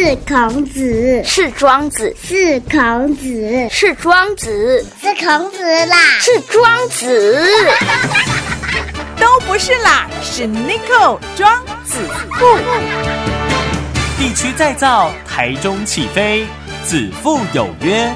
是孔子， 是庄子， 是孔子， 是庄子， 是孔子啦， 是庄子， 都不是啦，是 Nico 庄子富。 地区再造，台中起飞，子父有约。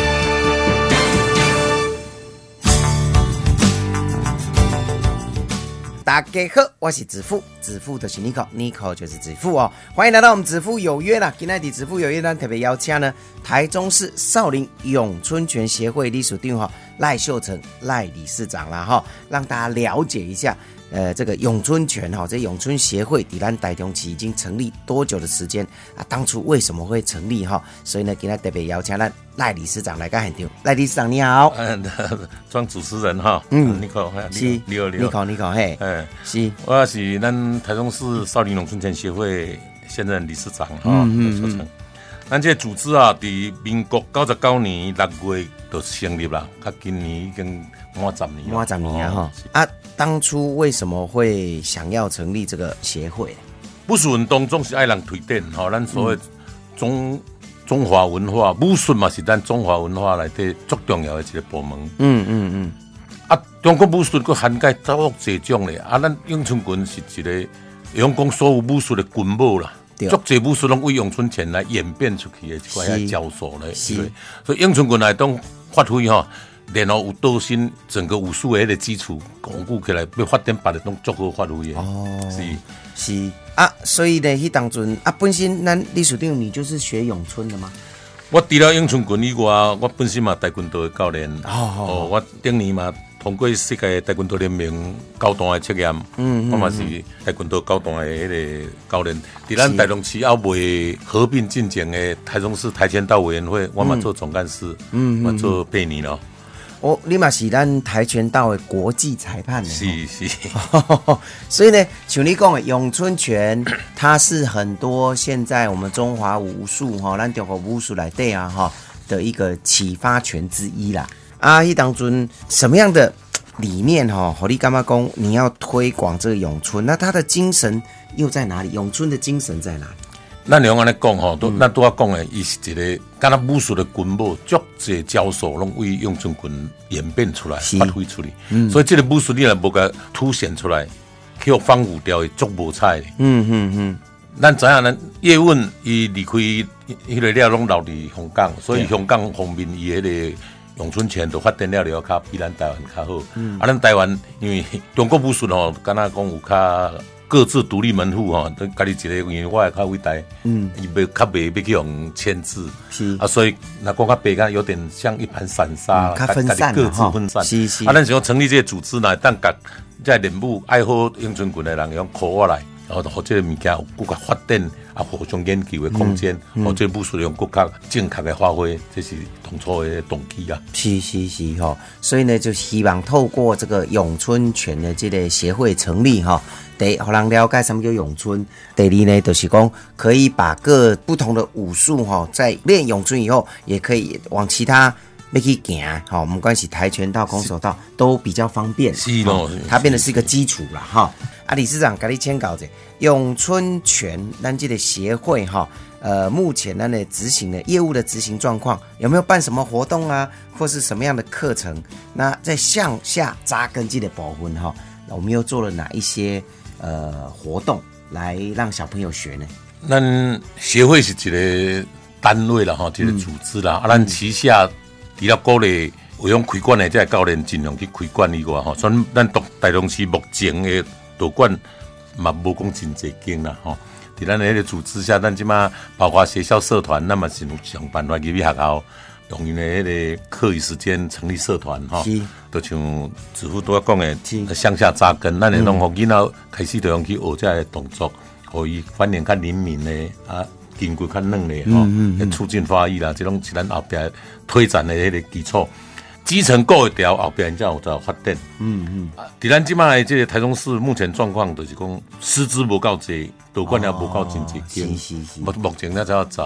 大家好，我是子父，子父就是 Nico 就是子父哦。欢迎来到我们子父有约啦。今天的子父有约呢，特别邀请呢台中市少林咏春拳协会理事长赖秀成赖理事长啦哈，让大家了解一下。这个咏春拳这咏春协会在咱台中市已经成立多久的时间啊？当初为什么会成立所以呢，今天特别邀请咱赖理事长来到现场。赖理事长你好， 庄主持人你好， 是你好，嘿，是， 我是咱台中市少林咏春拳协会现任理事长秀成。咱这个组织在民国99年6月就成立了，今年已经满10年了。 满10年啊！当初为什么会想要成立这个协会？ 武术运动总是爱人推展咱所谓中华文化，武术嘛是咱中华文化内底最重要的一个部门。中国武术佫涵盖多种咧，咱咏春拳是一个用讲所有武术的根母啦。足侪武术拢为咏春拳来演变出去的一块教授咧，所以咏春拳来当发挥然后有导心整个武术的那个基础巩固起来，要发展别的拢足好发挥的。 是啊，所以呢，迄当阵本身咱理事长你就是学咏春的吗？ 我除了咏春拳以外，我本身嘛跆拳道的教练。我顶年嘛通过世界跆拳道联盟高段的测验，我嘛是跆拳道高段的迄个教练。伫咱台中市还未合并进前的台中市跆拳道委员会，我嘛做总干事，我做8年了。 你嘛是咱跆拳道的国际裁判呢？ 是。 所以呢，像你讲的咏春拳，它是很多现在我们中华武术咱中国武术内底的一个启发拳之一啦。迄当中什么样的理念你感觉讲你要推广这个咏春，那它的精神又在哪里？咏春的精神在哪里？ 咱用安尼讲咱拄仔讲的，伊是一个敢若武术的根母，足侪教授拢为咏春拳演变出来、发挥出来。所以这个武术你若无甲凸显出来，去互放虎掉，足无彩的。咱知影咱叶问伊离开迄个了，拢留伫香港，所以香港方面伊迄个咏春拳就发展了较比咱台湾较好。咱台湾因为中国武术敢若讲有较各自独立门户家己一个，因为我较伟大，伊较袂要去用牵制，所以那讲较白有点像一盘散沙， 较分散， 各自分散。咱想成立这个组织呢，当甲在练武爱好咏春拳的人用 call 我来，然后这个物件有更加发展互相研究的空间，这武术用更加正确的发挥，这是当初的动机啊。 是所以呢，就希望透过这个咏春拳的这个协会成立第一，让人了解什么叫咏春；第二呢，就是讲可以把各不同的武术在练咏春以后，也可以往其他要去行我们关系跆拳道、空手道都比较方便。 是咯， 它变得是一个基础啦理事长，给你签稿子，咏春拳咱这个协会目前咱的执行的业务的执行状况，有没有办什么活动啊，或是什么样的课程？那在向下扎根这个部分我们又做了哪一些活动来让小朋友学呢？ 咱协会是一个单位啦一个组织啦，咱旗下除了鼓励有用开馆的这些教练尽量去开馆以外所以咱台中市目前的道馆嘛无讲真济间啦在咱的那个组织下，咱即马包括学校社团，那么是有想办法入去学校，用因的那个课余时间成立社团就像子父都要讲的向下扎根，咱会拢互囡仔开始就用去学这个动作，互伊反应较灵敏的筋骨较软的促进发育啦，这种是咱后壁推展的那个基础。基层过一条，后边才有发展。在咱即卖这个台中市目前状况，就是讲师资无够济，道馆也无够真济间。目前呢，只有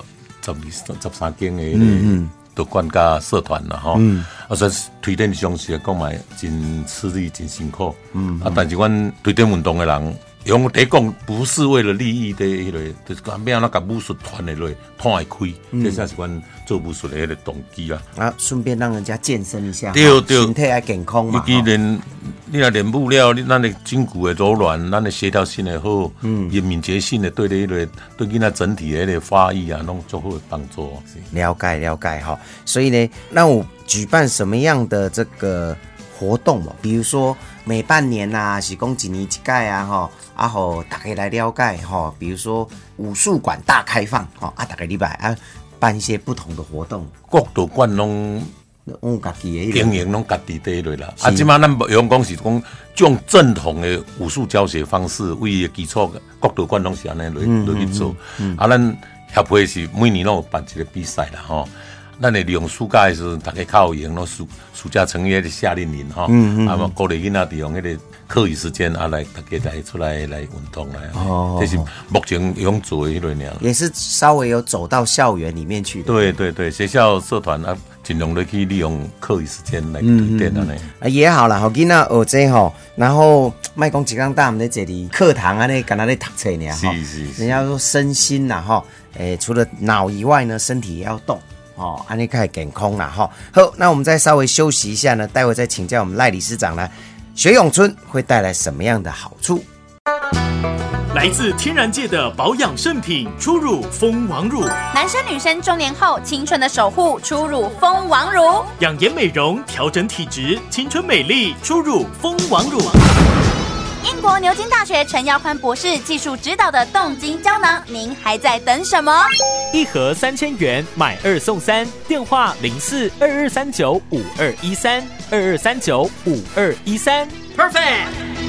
13间的道馆加社团啦，所以推展上是讲嘛，真吃力，真辛苦。但是阮推展运动的人， 用第一讲不是为了利益的迄个，就是讲要那个武术团的落摊会开，这才是阮做武术的迄个动机啦。 啊，顺便让人家健身一下， 对， 身体要健康嘛。 伊练你若练武了，咱的筋骨的柔软，咱的协调性的好，也敏捷性的对迄个对囡仔整体的迄个发育啊，拢足好的帮助。 了解哈。所以呢，那我举办什么样的这个活动嘛？比如说每半年啊，是讲一年一届啊，吼，啊好大家来了解哈。比如说武术馆大开放，哈啊，大家礼拜啊办一些不同的活动。 各道馆拢家己的经营拢家己底类啦。啊，即马咱用讲是讲用正统的武术教学方式为伊的基础，各道馆拢是安尼落去做。啊，咱协会是每年拢有办一个比赛啦，吼。咱会利用暑假的时候，大家较有闲咯，暑假成立的夏令营哈，啊嘛鼓励囡仔利用迄个课余时间啊来大家来出来运动来，这是目前用做的迄类尔。 也是稍微有走到校园里面去的。 对，学校社团啊，尽量都可以利用课余时间来推荐安尼。 啊也好啦，好囡仔学这吼，然后莫讲一天到晚在这里课堂安尼，干那在读册呢哈。是。人家说身心呐哈，除了脑以外呢，身体也要动。哦，安尼开健康啦哈。好，那我们再稍微休息一下呢，待会再请教我们赖理事长呢，学咏春会带来什么样的好处？ 来自天然界的保养圣品初乳蜂王乳， 男生女生中年后青春的守护，初乳蜂王乳， 养颜美容，调整体质，青春美丽，初乳蜂王乳。 英国牛津大学陈耀宽博士技术指导的动筋胶囊，您还在等什么？ 一盒3000元，买2送3，电话04-2239-5213，2239-5213。Perfect。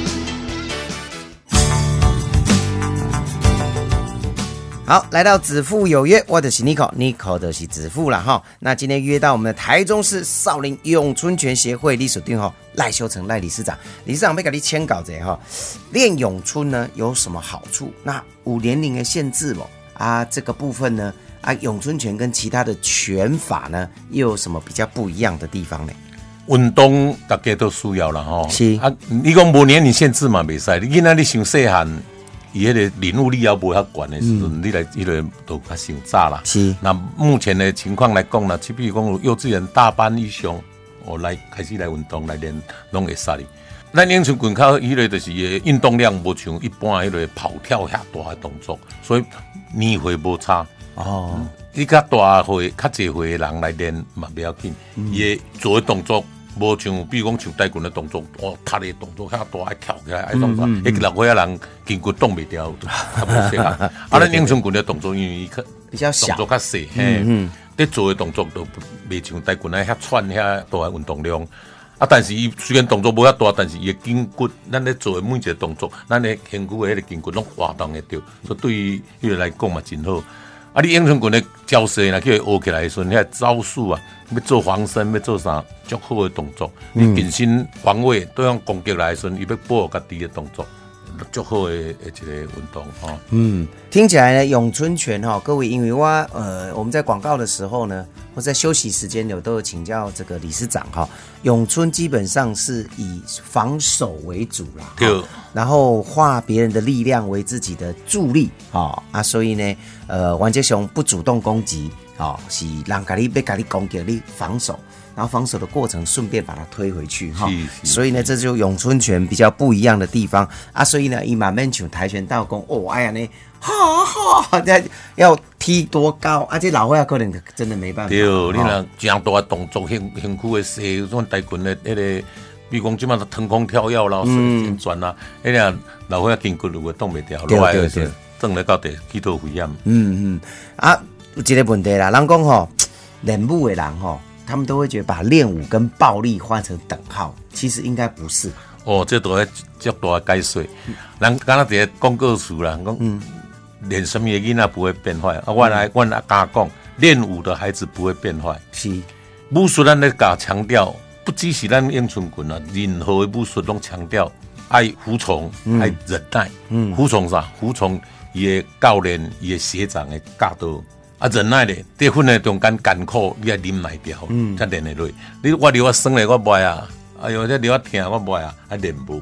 好，来到子父有约，我的是 Nico 的是子父啦哈。那今天约到我们的台中市少林咏春拳协会理事长赖修成赖理事长，理事长要给你签稿子哈。练咏春呢有什么好处？那有年龄的限制不？啊，这个部分呢，啊，咏春拳跟其他的拳法呢，又有什么比较不一样的地方呢？ 运动大家都需要啦吼。 是啊，你讲无年龄限制嘛，袂使。你囡仔你伤细汉。伊迄个领悟力也无遐悬的时候，你来迄个都较伤早啦。是。那目前的情况来讲啦，比如讲幼稚园大班以上，来开始来运动来练，拢会使哩。咱咏春拳较迄个就是运动量无像一般迄个跑跳遐大的动作，所以年岁无差。哦。你较大岁、较济岁的人来练嘛不要紧，伊做的动作。无像，比如讲像带棍的动作，踢的动作较大，爱翘起来，爱动作，迄6岁人筋骨动袂掉，较无适合。啊，咱咏春拳的动作因为伊比较小， 动作较细，你做的动作都袂像带棍遐喘遐大的运动量。啊，但是伊虽然动作无遐大，但是伊的筋骨，咱咧做的每一个动作，咱的身躯的迄个筋骨拢活动会着，所以对于迄个来讲嘛真好。啊，你咏春拳的招式若去学起来的时候，遐招数啊，要做防身，要做啥，足好的动作。你近身防卫，对方攻击来的时候，伊要保护家己的动作，足好的一个运动哈。 听起来呢，咏春拳哈，各位，因为我们在广告的时候呢，或在休息时间都有请教这个理事长哈。咏春基本上是以防守为主啦，对，然后化别人的力量为自己的助力啊，所以呢，王杰雄不主动攻击是让要给你攻击你防守。然后防守的过程顺便把它推回去哈，所以呢，这就咏春拳比较不一样的地方啊。所以呢，伊慢慢像跆拳道讲哎呀呢，要踢多高啊？这老伙可能真的没办法。 对，你若正大的动作，身躯的细，种跆拳的那个，比如讲即马腾空跳跃啦、旋转啦，那个老伙筋骨如果动袂掉，对，正来到地去到危险。 啊，有一个问题啦，人讲练武的人他们都会觉得把练武跟暴力换成等号，其实应该不是。 这都要较大的解说。人刚才在广告词啦，讲练什么的囡仔不会变坏。我敢讲，练武的孩子不会变坏。是武术咱咧甲强调，不只是咱咏春拳啊，任何的武术拢强调爱服从，爱忍耐。服从啥？服从伊的教练、伊的学长的教导。啊，忍耐咧，这份的中间艰苦，你要忍耐掉，才练得落。我流我酸咧，我袂啊，哎呦，这流我疼，我袂啊，还练无。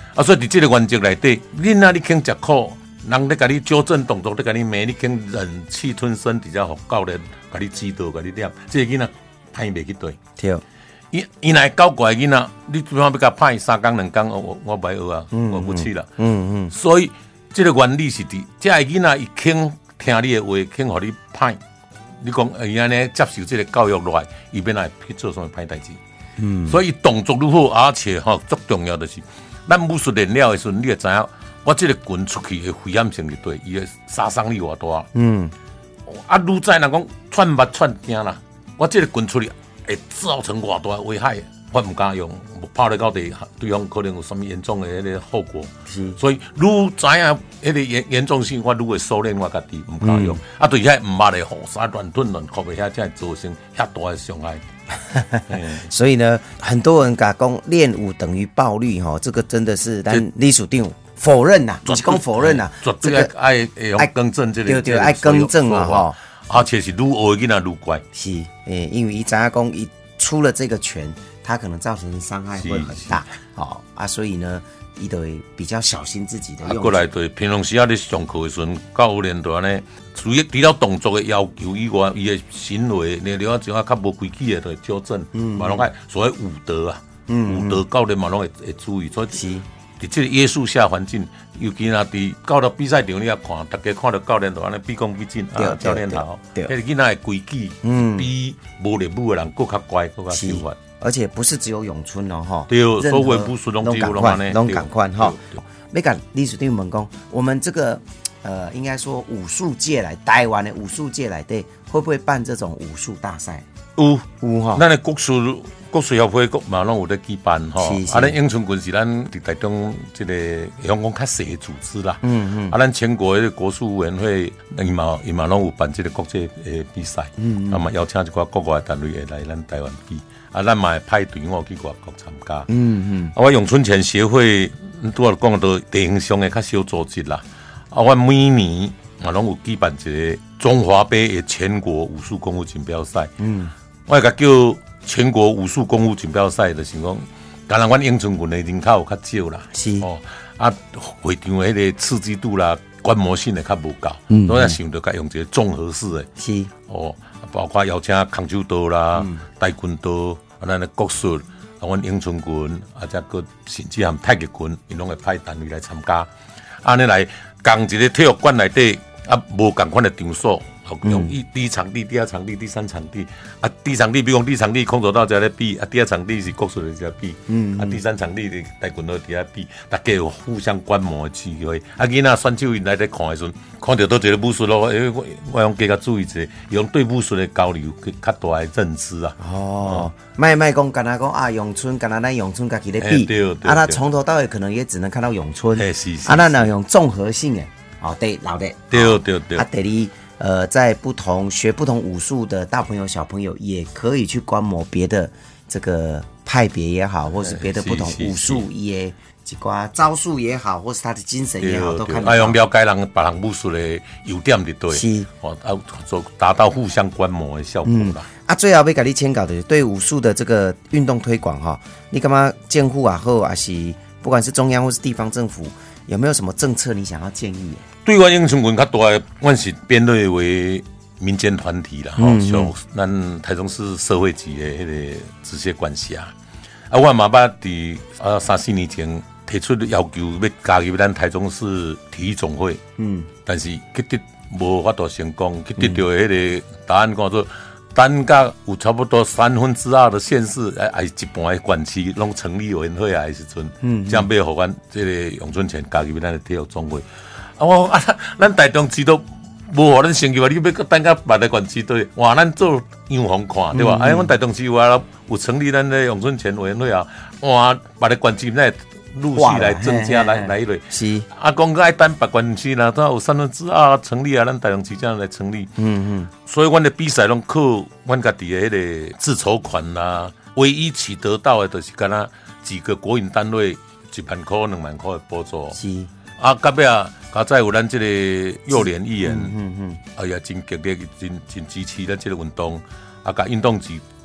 所以伫这个原则内底，恁啊你肯食苦，人咧甲你纠正动作，咧甲你骂，你肯忍气吞声，直接互教练甲你指导，甲你念，这个囡仔歹袂去对。 对， 伊若会搞怪囡仔，你比方要甲歹3工2工，我袂学啊，我不去了。所以这个原理是伫，这个囡仔伊肯听你的话，肯互你歹。你讲伊安尼接受这个教育落来，伊免来去做什么歹代志。所以动作如好，而且最重要的是，咱武术练了的时候，你会知影，我这个棍出去的危险性就对，伊的杀伤力偌大。愈早人讲串目串惊啦，我这个棍出去会造成偌大的危害，我唔敢用，拍落到地，对方可能有什么严重的那个后果。所以愈知影那个严重性，我愈会收敛我家己，唔敢用。对遐唔捌的雨伞乱吞乱哭的遐，才会造成遐大的伤害。 所以呢，很多人讲练武等于暴力这个真的是咱李署长否认呐，不是讲否认呐， 这个爱更正这个， 对，爱更正啊而且是愈学囡仔愈乖。 是，因为伊知影讲伊出了这个拳，他可能造成的伤害会很大，所以呢，伊就会比较小心自己的用。 过来对，平常时啊，你上课的时阵，教练就安尼，除了动作的要求以外，伊的行为，你了种较无规矩的，就会纠正。嘛拢爱所谓武德啊，武德教练嘛拢会注意，所以伫这个约束下环境，尤其那伫到了比赛场，你要看，大家看到教练就安尼毕恭毕敬啊，教练好，迄个囡仔的规矩，比无练武的人更较乖，更较守法。 而且不是只有咏春对，所谓武术拢只有拢赶快要甲李署长问讲，我们这个应该说武术界来台湾的武术界来对，会不会办这种武术大赛？有咱的国术协会嘛拢有在举办咱咏春拳是咱伫台中这个香港较小的组织啦。咱全国的国术委员会伊嘛拢有办这个国际的比赛，嘛邀请一寡国外的单位会来咱台湾比。咱嘛会派队伍去外国参加。我咏春拳协会拄仔讲到地方上的较小组织啦。我每年嘛拢有举办一个中华杯的全国武术功夫锦标赛。我会甲叫全国武术功夫锦标赛，就是讲，当然阮咏春拳的人口较少啦。会场的迄个刺激度啦、观摩性的较无够，我也想到甲用一个综合式的。包括邀请空手道啦、跆拳道，咱的国术，阮咏春拳，再个甚至含太极拳，伊拢会派单位来参加。安尼来共一个体育馆内底无共款的场所。用第一场地、第二场地、第三场地第一场地比如讲第一场地空手道在咧比第二场地是国术的在比第三场地的跆拳道在咧比，大家有互相观摩的机会。囡仔选手因来咧看的时阵，看到都一个武术咯，我用加较注意一下，用对武术的交流较大的认知啊。 卖讲，干那讲咏春，干那咱咏春家己咧比，他从头到尾可能也只能看到咏春，咱那用综合性的，对，老的， 对， 第二。在学不同武术的大朋友小朋友也可以去观摩别的这个派别也好，或是别的不同武术也几挂招数也好，或是他的精神也好，都看得到。 用了解别人武术的优点就对，是做达到互相观摩的效果啦。 最后要给你请教的对武术的这个运动推广你干嘛政府也好，还是不管是中央或是地方政府，有没有什么政策你想要建议？ 对我咏春拳较大的，我是编类为民间团体啦，像咱台中市社会局的迄个直接管辖。我嘛捌伫3-4年前提出要求要加入咱台中市体育总会，但是去得无法度成功，去得到迄个答案讲做，咱甲有差不多2/3的县市，还是一半的县市拢成立委员会的时阵，将要互阮这个咏春拳加入咱的体育总会。咱台中市都无互咱成就，你要等甲别的县市对，哇，咱做样行看对吧？阮台中市有成立咱的咏春拳委员会啊，哇，别的县市那陆续来增加来一类。是讲爱等别县市啦，都有2/3成立啊，咱台中市这样来成立。所以阮的比赛拢靠阮家己的迄个自筹款啦，唯一取得到的就是敢若几个国营单位1万块、2万块的补助。是到尾加再有咱这个幼联议员，也真极力、真支持咱这个运动，甲运动局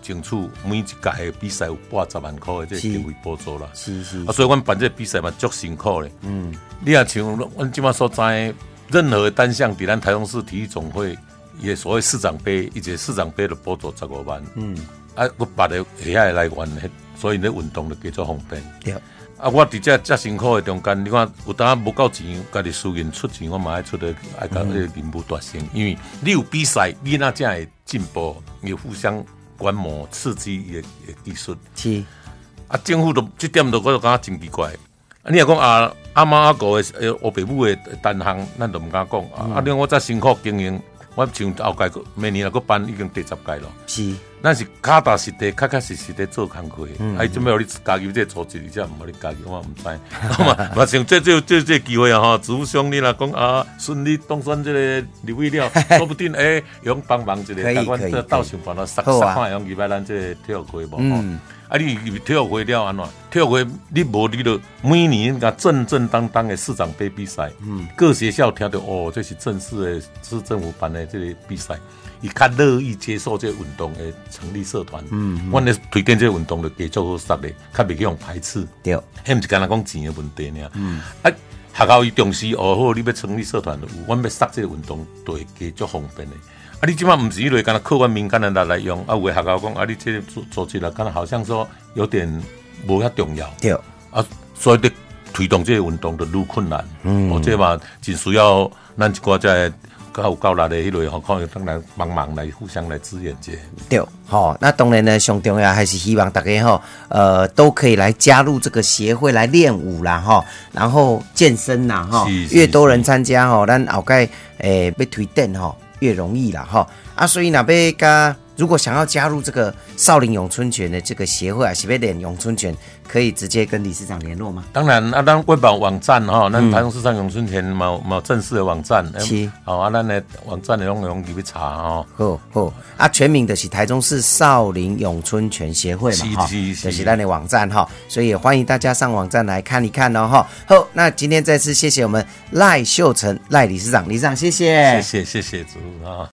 争取每一届的比赛有80万块的这个经费补助啦。 是所以阮办这个比赛嘛足辛苦咧。你也像阮即马所在，任何的单项，伫咱台中市体育总会也所谓市长杯，一个市长杯的补助15万。我别的下来源，所以你运动就加做方便。 对。 我伫遮辛苦的中间，你看有当无够钱，家己私人出钱，我嘛爱出的，爱甲任务达成。因为你有比赛，你那才会进步，有互相观摩、刺激的技术。 是。 政府都这点都我就感觉真奇怪。你若讲阿妈阿哥的黑爸母的单项，咱都唔敢讲。另我再辛苦经营，我像后届明年个办已经第10届了。是。咱是脚踏实地、确实地做工课，准备互你加入这个组织，而且唔互你加入，我唔知。嘛像这机会啊，哈，子父兄弟啦，讲顺利当选这个立委了，说不定用帮忙一个，台湾这斗想办法杀看用入来咱这个体育会无？你入体育会了安怎？体育会你无你就每年甲正当的市长杯比赛，各学校听到这是正式的市政府办的这个比赛。伊较乐意接受这个运动的成立社团，阮咧推荐这个运动就加做好杀咧，较袂去用排斥。对，迄毋是干那讲钱的问题尔。学校伊重视学好，你要成立社团就有，阮要杀这个运动就会加做方便的。你即摆毋是因为干那靠阮民间的来用，有的学校讲你这组织了，干那好像说有点无遐重要。对，所以咧推动这个运动就愈困难。这嘛真需要咱一寡在。有够力的迄类，可能当然帮忙来互相来支援这。对， 那当然呢，上重要还是希望大家都可以来加入这个协会来练舞啦然后健身啦越多人参加咱后盖要推展越容易啦所以若要如果想要加入这个少林咏春拳的这个协会是要练咏春拳，可以直接跟理事长联络吗？ 当然咱微博网站咱台中市上咏春拳冇正式的网站，是咱的网站的用去查好全名的是台中市少林咏春拳协会嘛就是咱的网站所以也欢迎大家上网站来看一看好，那今天再次谢谢我们赖秀成赖理事长，理事长谢谢主